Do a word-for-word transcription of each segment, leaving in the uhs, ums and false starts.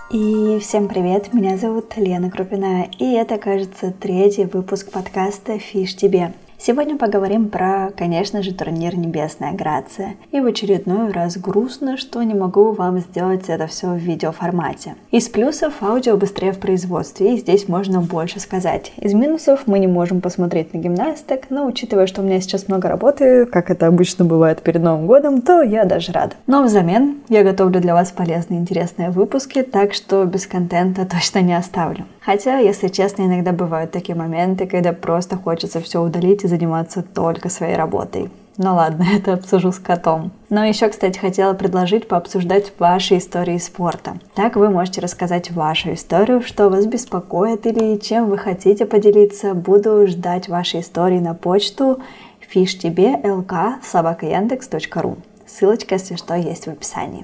И всем привет, меня зовут Лена Крупина, и это, кажется, третий выпуск подкаста «Фиш тебе». Сегодня поговорим про, конечно же, турнир «Небесная Грация». И в очередной раз грустно, что не могу вам сделать это все в видеоформате. Из плюсов аудио быстрее в производстве, и здесь можно больше сказать. Из минусов мы не можем посмотреть на гимнасток, но учитывая, что у меня сейчас много работы, как это обычно бывает перед Новым годом, то я даже рада. Но взамен я готовлю для вас полезные и интересные выпуски, так что без контента точно не оставлю. Хотя, если честно, иногда бывают такие моменты, когда просто хочется все удалить и заниматься только своей работой. Ну ладно, это обсужу с котом. Но еще, кстати, хотела предложить пообсуждать ваши истории спорта. Так вы можете рассказать вашу историю, что вас беспокоит или чем вы хотите поделиться. Буду ждать ваши истории на почту фиш тебе эл ка собака яндекс точка ру. Ссылочка, если что, есть в описании.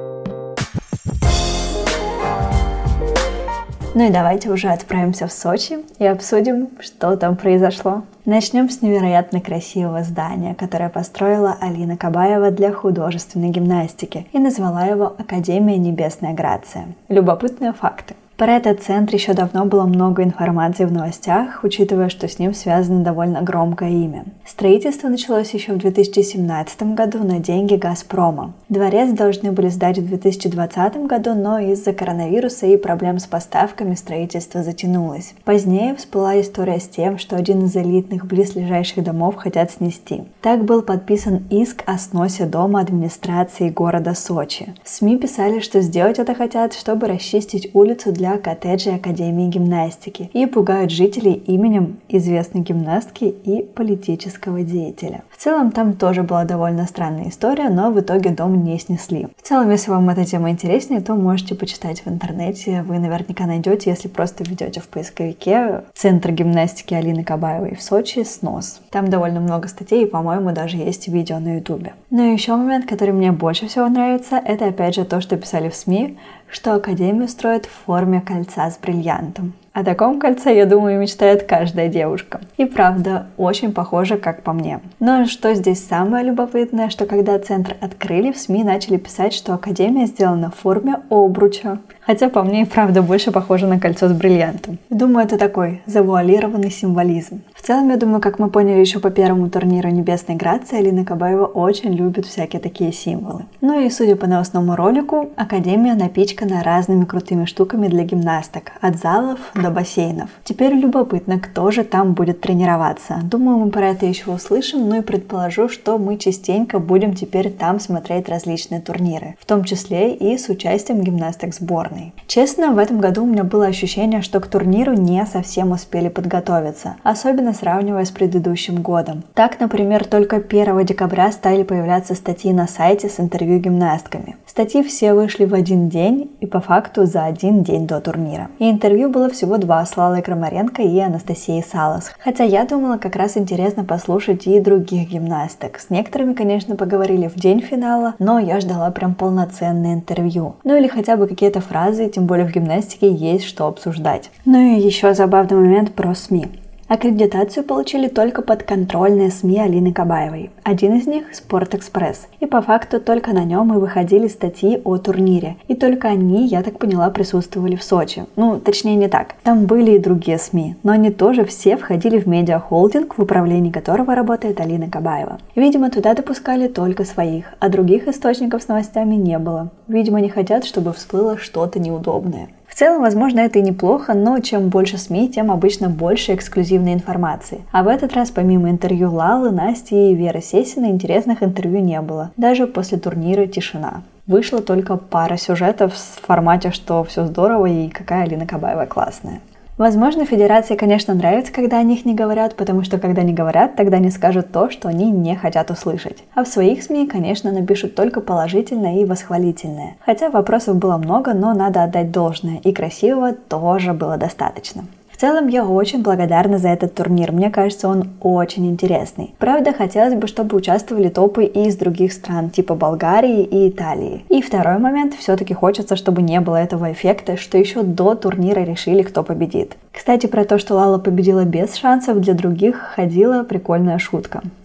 Ну и давайте уже отправимся в Сочи и обсудим, что там произошло. Начнем с невероятно красивого здания, которое построила Алина Кабаева для художественной гимнастики и назвала его «Академия Небесная Грация». Любопытные факты. Про этот центр еще давно было много информации в новостях, учитывая, что с ним связано довольно громкое имя. Строительство началось еще в две тысячи семнадцатом году на деньги «Газпрома». Дворец должны были сдать в две тысячи двадцатом году, но из-за коронавируса и проблем с поставками строительство затянулось. Позднее всплыла история с тем, что один из элитных близлежащих домов хотят снести. Так был подписан иск о сносе дома администрации города Сочи. В СМИ писали, что сделать это хотят, чтобы расчистить улицу для коттеджей Академии гимнастики и пугают жителей именем известной гимнастки и политического деятеля. В целом там тоже была довольно странная история, но в итоге дом не снесли. В целом, если вам эта тема интереснее, то можете почитать в интернете. Вы наверняка найдете, если просто введете в поисковике «Центр гимнастики Алины Кабаевой в Сочи. Снос». Там довольно много статей и, по-моему, даже есть видео на ютубе. Но еще момент, который мне больше всего нравится, это опять же то, что писали в СМИ, что Академию строят в форме кольца с бриллиантом. О таком кольце, я думаю, мечтает каждая девушка. И правда, очень похоже, как по мне. Но что здесь самое любопытное, что когда центр открыли, в СМИ начали писать, что Академия сделана в форме обруча. Хотя по мне и правда больше похоже на кольцо с бриллиантом. Думаю, это такой завуалированный символизм. В целом, я думаю, как мы поняли еще по первому турниру Небесной Грации, Алина Кабаева очень любит всякие такие символы. Ну и судя по новостному ролику, Академия напичкана разными крутыми штуками для гимнасток, от залов до бассейнов. Теперь любопытно, кто же там будет тренироваться. Думаю, мы про это еще услышим, ну и предположу, что мы частенько будем теперь там смотреть различные турниры, в том числе и с участием гимнасток сборной. Честно, в этом году у меня было ощущение, что к турниру не совсем успели подготовиться, особенно сравнивая с предыдущим годом. Так, например, только первого декабря стали появляться статьи на сайте с интервью гимнастками. Статьи все вышли в один день и по факту за один день до турнира. И интервью было всего два с Лалой Крамаренко и Анастасией Салас. Хотя я думала, как раз интересно послушать и других гимнасток. С некоторыми, конечно, поговорили в день финала, но я ждала прям полноценное интервью. Ну или хотя бы какие-то фразы, тем более в гимнастике есть что обсуждать. Ну и еще забавный момент про СМИ. Аккредитацию получили только подконтрольные СМИ Алины Кабаевой. Один из них – «Спортэкспресс». И по факту только на нем и выходили статьи о турнире. И только они, я так поняла, присутствовали в Сочи. Ну, точнее не так. Там были и другие СМИ, но они тоже все входили в медиахолдинг, в управлении которого работает Алина Кабаева. Видимо, туда допускали только своих, а других источников с новостями не было. Видимо, не хотят, чтобы всплыло что-то неудобное. В целом, возможно, это и неплохо, но чем больше СМИ, тем обычно больше эксклюзивной информации. А в этот раз, помимо интервью Лалы, Насти и Веры Сесиной, интересных интервью не было. Даже после турнира тишина. Вышла только пара сюжетов в формате, что все здорово и какая Алина Кабаева классная. Возможно, федерации, конечно, нравится, когда о них не говорят, потому что когда не говорят, тогда они скажут то, что они не хотят услышать. А в своих СМИ, конечно, напишут только положительное и восхвалительное. Хотя вопросов было много, но надо отдать должное, и красивого тоже было достаточно. В целом, я очень благодарна за этот турнир. Мне кажется, он очень интересный. Правда, хотелось бы, чтобы участвовали топы и из других стран, типа Болгарии и Италии. И второй момент, все-таки хочется, чтобы не было этого эффекта, что еще до турнира решили, кто победит. Кстати, про то, что Лала победила без шансов, для других ходила прикольная шутка.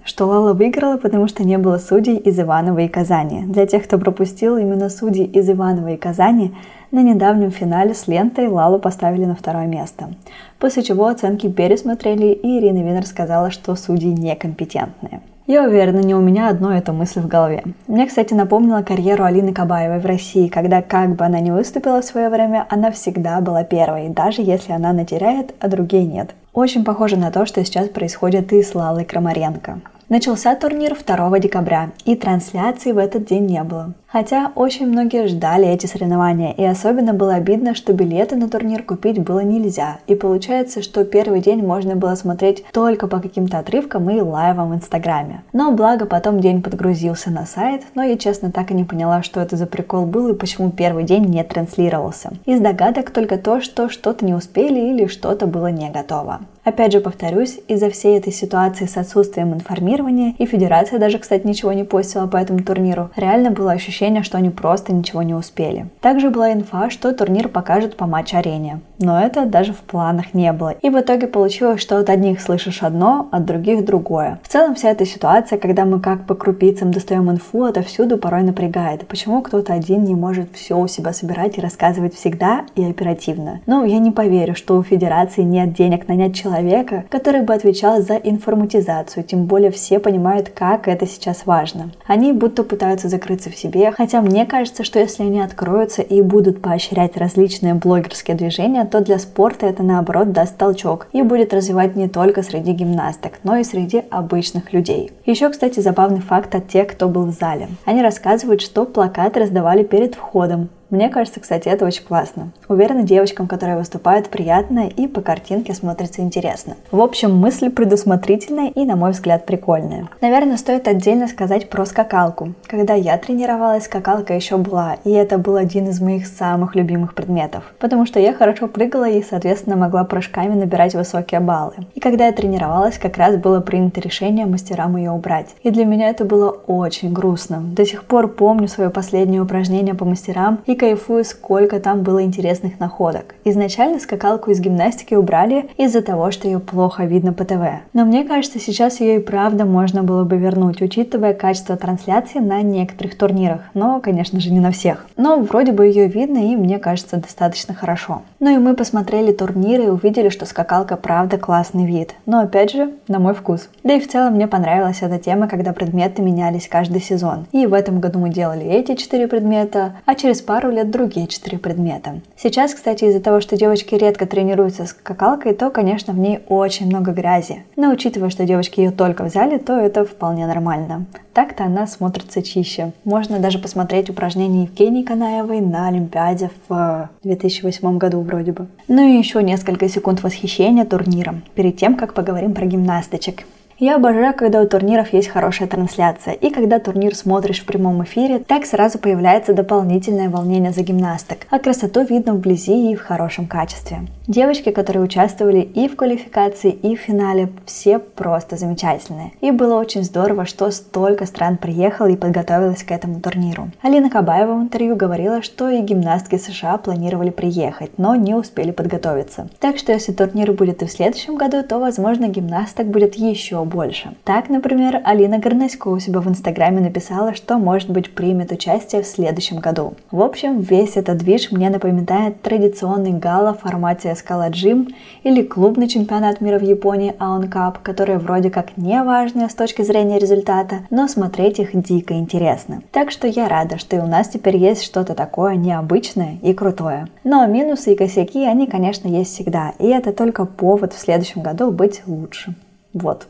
что Лала выиграла, потому что не было судей из Иваново и Казани. Для тех, кто пропустил, именно судьи из Иваново и Казани на недавнем финале с лентой Лалу поставили на второе место. После чего оценки пересмотрели, и Ирина Винер сказала, что судьи некомпетентные. Я уверена, не у меня одно эта мысль в голове. Мне, кстати, напомнила карьеру Алины Кабаевой в России, когда, как бы она ни выступила в свое время, она всегда была первой, даже если она натеряет, а другие нет. Очень похоже на то, что сейчас происходит и с Лалой Крамаренко. Начался турнир второго декабря, и трансляций в этот день не было. Хотя очень многие ждали эти соревнования, и особенно было обидно, что билеты на турнир купить было нельзя. И получается, что первый день можно было смотреть только по каким-то отрывкам и лайвам в Инстаграме. Но благо потом день подгрузился на сайт, но я честно так и не поняла, что это за прикол был и почему первый день не транслировался. Из догадок только то, что что-то не успели или что-то было не готово. Опять же повторюсь, из-за всей этой ситуации с отсутствием информирования, и федерация даже, кстати, ничего не постила по этому турниру, реально было ощущение, что они просто ничего не успели. Также была инфа, что турнир покажут по матч-арене, но это даже в планах не было. И в итоге получилось, что от одних слышишь одно, от других другое. В целом вся эта ситуация, когда мы как по крупицам достаем инфу, отовсюду порой напрягает. Почему кто-то один не может все у себя собирать и рассказывать всегда и оперативно? Ну, я не поверю, что у федерации нет денег нанять человека, человека, который бы отвечал за информатизацию, тем более все понимают, как это сейчас важно. Они будто пытаются закрыться в себе, хотя мне кажется, что если они откроются и будут поощрять различные блогерские движения, то для спорта это наоборот даст толчок и будет развивать не только среди гимнасток, но и среди обычных людей. Еще, кстати, забавный факт от тех, кто был в зале. Они рассказывают, что плакаты раздавали перед входом. Мне кажется, кстати, это очень классно. Уверена, девочкам, которые выступают, приятно и по картинке смотрится интересно. В общем, мысль предусмотрительная и, на мой взгляд, прикольная. Наверное, стоит отдельно сказать про скакалку. Когда я тренировалась, скакалка еще была, и это был один из моих самых любимых предметов, потому что я хорошо прыгала и, соответственно, могла прыжками набирать высокие баллы. И когда я тренировалась, как раз было принято решение мастерам ее убрать. И для меня это было очень грустно. До сих пор помню свое последнее упражнение по мастерам и кайфую, сколько там было интересных находок. Изначально скакалку из гимнастики убрали из-за того, что ее плохо видно по ТВ. Но мне кажется, сейчас ее и правда можно было бы вернуть, учитывая качество трансляции на некоторых турнирах. Но, конечно же, не на всех. Но вроде бы ее видно, и мне кажется, достаточно хорошо. Ну и мы посмотрели турниры и увидели, что скакалка правда классный вид. Но опять же, на мой вкус. Да и в целом мне понравилась эта тема, когда предметы менялись каждый сезон. И в этом году мы делали эти четыре предмета, а через пару лет другие четыре предмета. Сейчас, кстати, из-за того, что девочки редко тренируются с скакалкой, то, конечно, в ней очень много грязи. Но учитывая, что девочки ее только взяли, то это вполне нормально. Так-то она смотрится чище. Можно даже посмотреть упражнения Евгении Канаевой на Олимпиаде в две тысячи восьмом году вроде бы. Ну и еще несколько секунд восхищения турниром, перед тем, как поговорим про гимнасточек. Я обожаю, когда у турниров есть хорошая трансляция, и когда турнир смотришь в прямом эфире, так сразу появляется дополнительное волнение за гимнасток, а красоту видно вблизи и в хорошем качестве. Девочки, которые участвовали и в квалификации, и в финале, все просто замечательные. И было очень здорово, что столько стран приехало и подготовилось к этому турниру. Алина Кабаева в интервью говорила, что и гимнастки США планировали приехать, но не успели подготовиться. Так что если турнир будет и в следующем году, то, возможно, гимнасток будет еще больше. Так, например, Алина Горнасько у себя в Инстаграме написала, что, может быть, примет участие в следующем году. В общем, весь этот движ мне напоминает традиционный гала в формате Scala Gym или клубный чемпионат мира в Японии Aon Cup, которые вроде как не важные с точки зрения результата, но смотреть их дико интересно. Так что я рада, что и у нас теперь есть что-то такое необычное и крутое. Но минусы и косяки, они, конечно, есть всегда, и это только повод в следующем году быть лучше. Вот.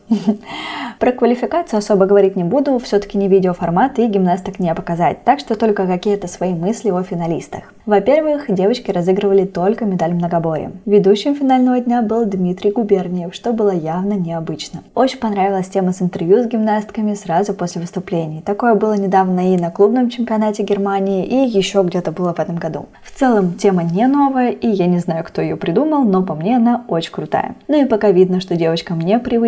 Про квалификацию особо говорить не буду, все-таки не видеоформат и гимнасток не показать, так что только какие-то свои мысли о финалистах. Во-первых, девочки разыгрывали только медаль в многоборье. Ведущим финального дня был Дмитрий Губерниев, что было явно необычно. Очень понравилась тема с интервью с гимнастками сразу после выступлений. Такое было недавно и на клубном чемпионате Германии, и еще где-то было в этом году. В целом, тема не новая, и я не знаю, кто ее придумал, но по мне она очень крутая. Ну и пока видно, что девочкам непривычно,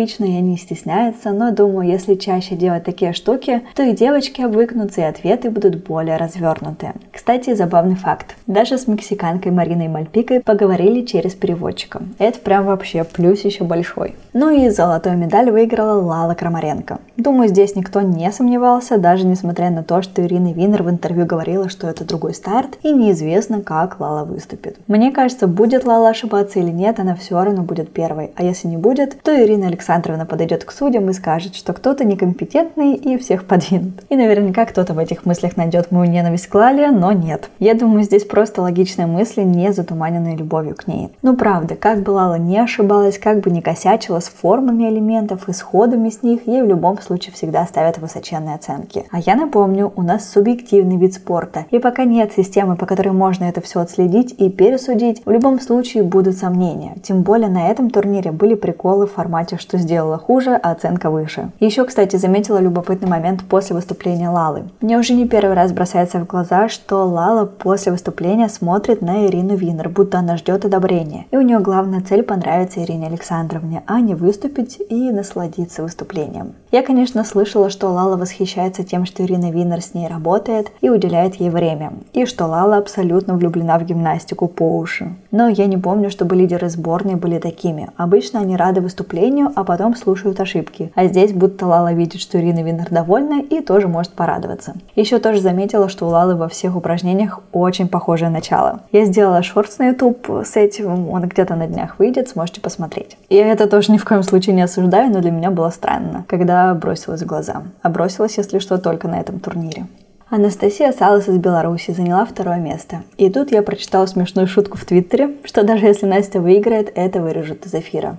обычно и они стесняются, но думаю, если чаще делать такие штуки, то и девочки обвыкнутся, и ответы будут более развернутые. Кстати, забавный факт. Даже с мексиканкой Мариной Мальпикой поговорили через переводчика. Это прям вообще плюс еще большой. Ну и золотую медаль выиграла Лала Крамаренко. Думаю, здесь никто не сомневался, даже несмотря на то, что Ирина Винер в интервью говорила, что это другой старт, и неизвестно, как Лала выступит. Мне кажется, будет Лала ошибаться или нет, она все равно будет первой. А если не будет, то Ирина Александровна подойдет к судьям и скажет, что кто-то некомпетентный и всех подвинут. И наверняка кто-то в этих мыслях найдет мою ненависть к Лале, но нет. Я думаю, здесь просто логичные мысли, не затуманенные любовью к ней. Ну правда, как бы Лала не ошибалась, как бы не косячила с формами элементов и сходами с них, ей в любом случае всегда ставят высоченные оценки. А я напомню, у нас субъективный вид спорта, и пока нет системы, по которой можно это все отследить и пересудить, в любом случае будут сомнения. Тем более на этом турнире были приколы в формате, что сделала хуже, а оценка выше. Еще, кстати, заметила любопытный момент после выступления Лалы. Мне уже не первый раз бросается в глаза, что Лала после выступления смотрит на Ирину Винер, будто она ждет одобрения. И у нее главная цель понравиться Ирине Александровне, а не выступить и насладиться выступлением. Я, конечно, слышала, что Лала восхищается тем, что Ирина Винер с ней работает и уделяет ей время, и что Лала абсолютно влюблена в гимнастику по уши. Но я не помню, чтобы лидеры сборной были такими. Обычно они рады выступлению, а потом слушают ошибки. А здесь будто Лала видит, что Ирина Винер довольна и тоже может порадоваться. Еще тоже заметила, что у Лалы во всех упражнениях очень похожее начало. Я сделала шортс на YouTube с этим, он где-то на днях выйдет, сможете посмотреть. Я это тоже ни в коем случае не осуждаю, но для меня было странно, когда бросилась в глаза. А бросилась, если что, только на этом турнире. Анастасия Салас из Беларуси заняла второе место. И тут я прочитала смешную шутку в Твиттере, что даже если Настя выиграет, это вырежут из эфира.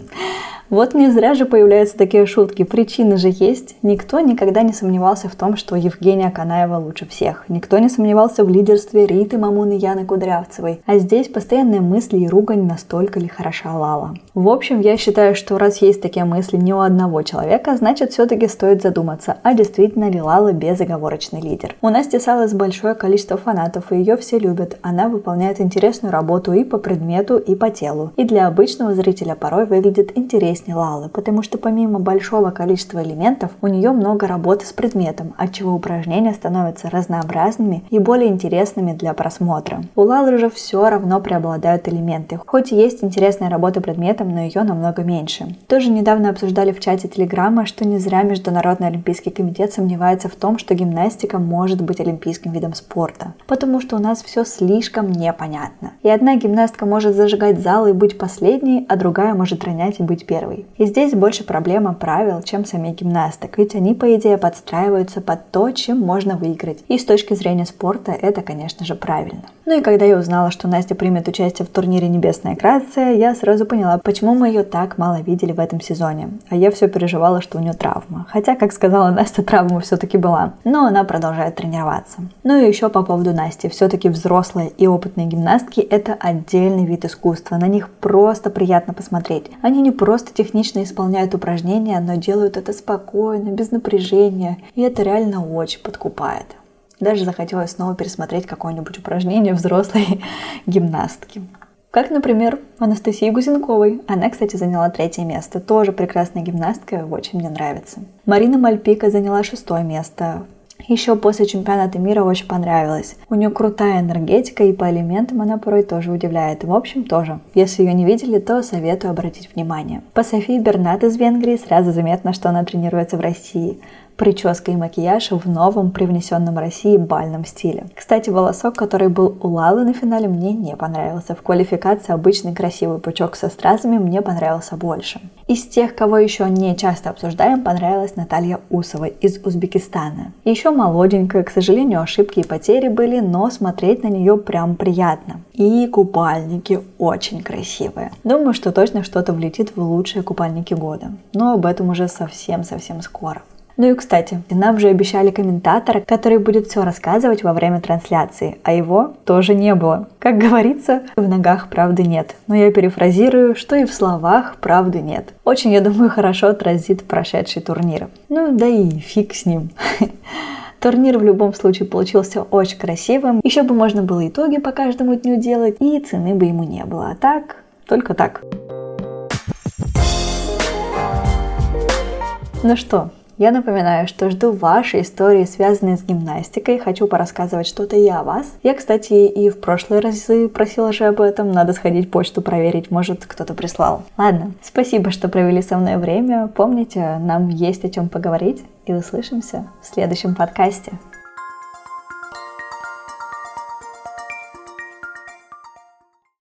Вот не зря же появляются такие шутки, причины же есть. Никто никогда не сомневался в том, что Евгения Канаева лучше всех. Никто не сомневался в лидерстве Риты Мамун и Яны Кудрявцевой. А здесь постоянные мысли и ругань, настолько ли хороша Лала. В общем, я считаю, что раз есть такие мысли не у одного человека, значит все-таки стоит задуматься, а действительно ли Лала безоговорочный лидер. У Насти Салас большое количество фанатов, и ее все любят. Она выполняет интересную работу и по предмету, и по телу. И для обычного зрителя порой выглядит интереснее Лалы, потому что помимо большого количества элементов, у нее много работы с предметом, отчего упражнения становятся разнообразными и более интересными для просмотра. У Лалы же все равно преобладают элементы, хоть и есть интересная работа предметом, но ее намного меньше. Тоже недавно обсуждали в чате Телеграма, что не зря Международный олимпийский комитет сомневается в том, что гимнастика может быть олимпийским видом спорта, потому что у нас все слишком непонятно. И одна гимнастка может зажигать зал и быть последней, а другая может ронять и быть первой. И здесь больше проблема правил, чем самих гимнасток, ведь они, по идее, подстраиваются под то, чем можно выиграть. И с точки зрения спорта это, конечно же, правильно. Ну и когда я узнала, что Настя примет участие в турнире «Небесная грация», я сразу поняла, почему мы ее так мало видели в этом сезоне. А я все переживала, что у нее травма. Хотя, как сказала Настя, травма все-таки была. Но она продолжает тренироваться. Ну и еще по поводу Насти. Все-таки взрослые и опытные гимнастки – это отдельный вид искусства. На них просто приятно посмотреть. Они не просто технично исполняют упражнения, но делают это спокойно, без напряжения. И это реально очень подкупает. Даже захотелось снова пересмотреть какое-нибудь упражнение взрослой гимнастки. Как, например, Анастасии Гузенковой. Она, кстати, заняла третье место. Тоже прекрасная гимнастка, очень мне нравится. Марина Мальпика заняла шестое место. Еще после чемпионата мира очень понравилось. У нее крутая энергетика, и по элементам она порой тоже удивляет. В общем, тоже. Если ее не видели, то советую обратить внимание. По Софии Бернат из Венгрии сразу заметно, что она тренируется в России. Прическа и макияж в новом, привнесенном России бальном стиле. Кстати, волосок, который был у Лалы на финале, мне не понравился. В квалификации обычный красивый пучок со стразами мне понравился больше. Из тех, кого еще не часто обсуждаем, понравилась Наталья Усова из Узбекистана. Еще молоденькая, к сожалению, ошибки и потери были, но смотреть на нее прям приятно. И купальники очень красивые. Думаю, что точно что-то влетит в лучшие купальники года. Но об этом уже совсем-совсем скоро. Ну и, кстати, нам же обещали комментатора, который будет все рассказывать во время трансляции, а его тоже не было. Как говорится, в ногах правды нет. Но я перефразирую, что и в словах правды нет. Очень, я думаю, хорошо отразит прошедший турнир. Ну да и фиг с ним. Турнир в любом случае получился очень красивым. Еще бы можно было итоги по каждому дню делать, и цены бы ему не было. А так, только так. Ну что, я напоминаю, что жду ваши истории, связанные с гимнастикой. Хочу порассказывать что-то и о вас. Я, кстати, и в прошлые разы просила же об этом. Надо сходить почту проверить, может, кто-то прислал. Ладно, спасибо, что провели со мной время. Помните, нам есть о чем поговорить. И услышимся в следующем подкасте.